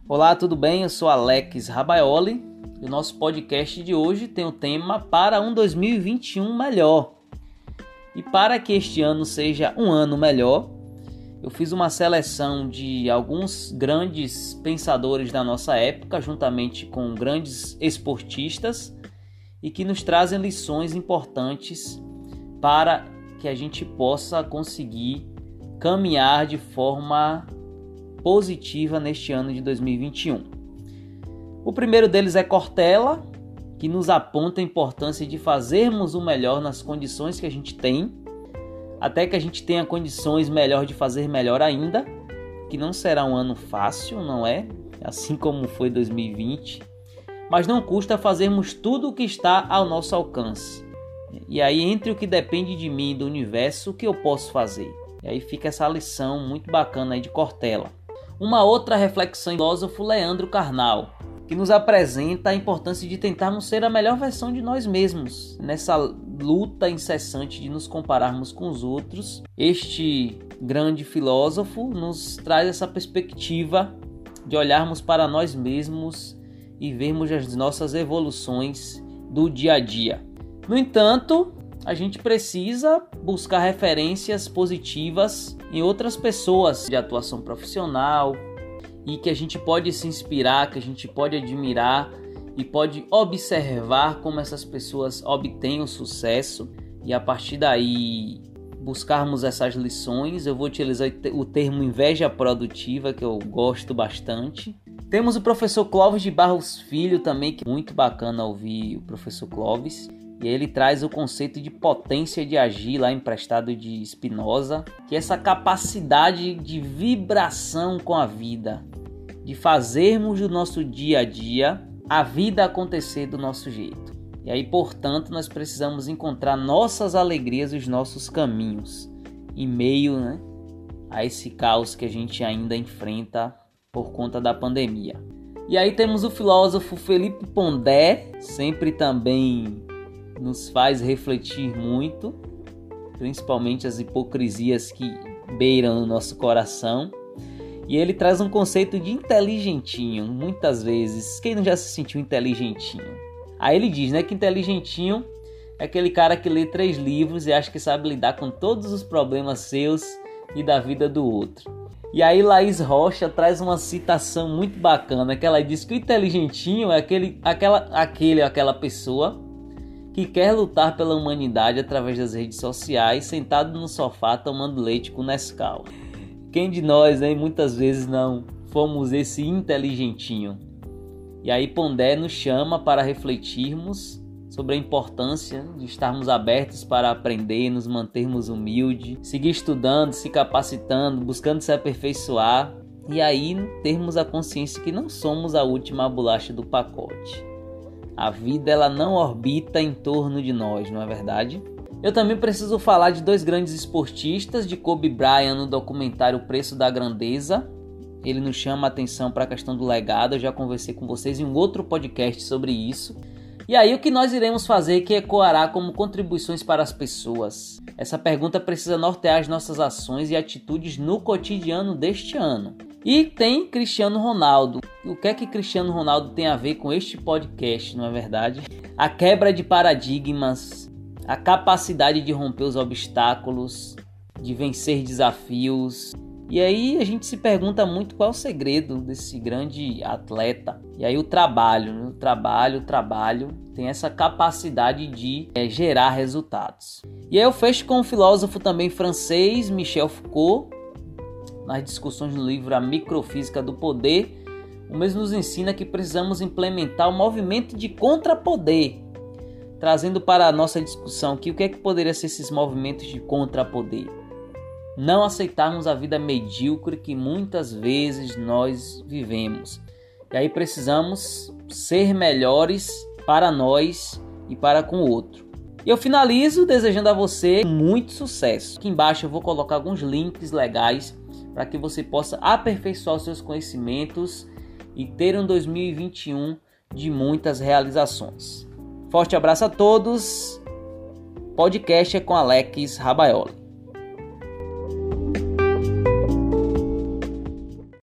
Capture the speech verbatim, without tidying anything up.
Olá, tudo bem? Eu sou Alex Rabaioli e o nosso podcast de hoje tem o tema para um dois mil e vinte e um melhor. E para que este ano seja um ano melhor, eu fiz uma seleção de alguns grandes pensadores da nossa época, juntamente com grandes esportistas, e que nos trazem lições importantes para que a gente possa conseguir caminhar de forma positiva neste ano de dois mil e vinte e um. O primeiro deles é Cortella, que nos aponta a importância de fazermos o melhor nas condições que a gente tem, até que a gente tenha condições melhor de fazer melhor ainda, que não será um ano fácil, não é? Assim como foi dois mil e vinte, mas não custa fazermos tudo o que está ao nosso alcance. E aí, entre o que depende de mim e do universo, o que eu posso fazer? E aí fica essa lição muito bacana aí de Cortella. Uma outra reflexão do filósofo Leandro Carnal, que nos apresenta a importância de tentarmos ser a melhor versão de nós mesmos, nessa luta incessante de nos compararmos com os outros. Este grande filósofo nos traz essa perspectiva de olharmos para nós mesmos e vermos as nossas evoluções do dia a dia. No entanto, a gente precisa buscar referências positivas em outras pessoas de atuação profissional e que a gente pode se inspirar, que a gente pode admirar e pode observar como essas pessoas obtêm o sucesso e a partir daí buscarmos essas lições. Eu vou utilizar o termo inveja produtiva, que eu gosto bastante. Temos o professor Clóvis de Barros Filho também, que é muito bacana ouvir o professor Clóvis. E ele traz o conceito de potência de agir, lá emprestado de Spinoza, que é essa capacidade de vibração com a vida, de fazermos do nosso dia a dia a vida acontecer do nosso jeito. E aí, portanto, nós precisamos encontrar nossas alegrias e os nossos caminhos, em meio, né, a esse caos que a gente ainda enfrenta por conta da pandemia. E aí temos o filósofo Felipe Pondé, sempre também nos faz refletir muito, principalmente as hipocrisias que beiram o nosso coração. E ele traz um conceito de inteligentinho, muitas vezes. Quem não já se sentiu inteligentinho? Aí ele diz, né, que inteligentinho é aquele cara que lê três livros e acha que sabe lidar com todos os problemas seus e da vida do outro. E aí Laís Rocha traz uma citação muito bacana, que ela diz que o inteligentinho é aquele, aquela, aquele, aquela pessoa que quer lutar pela humanidade através das redes sociais, sentado no sofá tomando leite com Nescau. Quem de nós, né, muitas vezes não fomos esse inteligentinho? E aí Pondé nos chama para refletirmos sobre a importância de estarmos abertos para aprender, nos mantermos humildes, seguir estudando, se capacitando, buscando se aperfeiçoar e aí termos a consciência que não somos a última bolacha do pacote. A vida, ela não orbita em torno de nós, não é verdade? Eu também preciso falar de dois grandes esportistas, de Kobe Bryant no documentário O Preço da Grandeza. Ele nos chama a atenção para a questão do legado. Eu já conversei com vocês em um outro podcast sobre isso. E aí o que nós iremos fazer que ecoará como contribuições para as pessoas? Essa pergunta precisa nortear as nossas ações e atitudes no cotidiano deste ano. E tem Cristiano Ronaldo. O que é que Cristiano Ronaldo tem a ver com este podcast, não é verdade? A quebra de paradigmas, a capacidade de romper os obstáculos, de vencer desafios. E aí a gente se pergunta muito qual é o segredo desse grande atleta. E aí o trabalho, né? o trabalho, o trabalho tem essa capacidade de é, gerar resultados. E aí eu fecho com um filósofo também francês, Michel Foucault, nas discussões no livro A Microfísica do Poder. O mesmo nos ensina que precisamos implementar o movimento de contrapoder, trazendo para a nossa discussão aqui o que é que poderia ser esses movimentos de contrapoder. Não aceitarmos a vida medíocre que muitas vezes nós vivemos. E aí precisamos ser melhores para nós e para com o outro. E eu finalizo desejando a você muito sucesso. Aqui embaixo eu vou colocar alguns links legais para que você possa aperfeiçoar os seus conhecimentos e ter um dois mil e vinte e um de muitas realizações. Forte abraço a todos. Podcast é com Alex Rabaioli.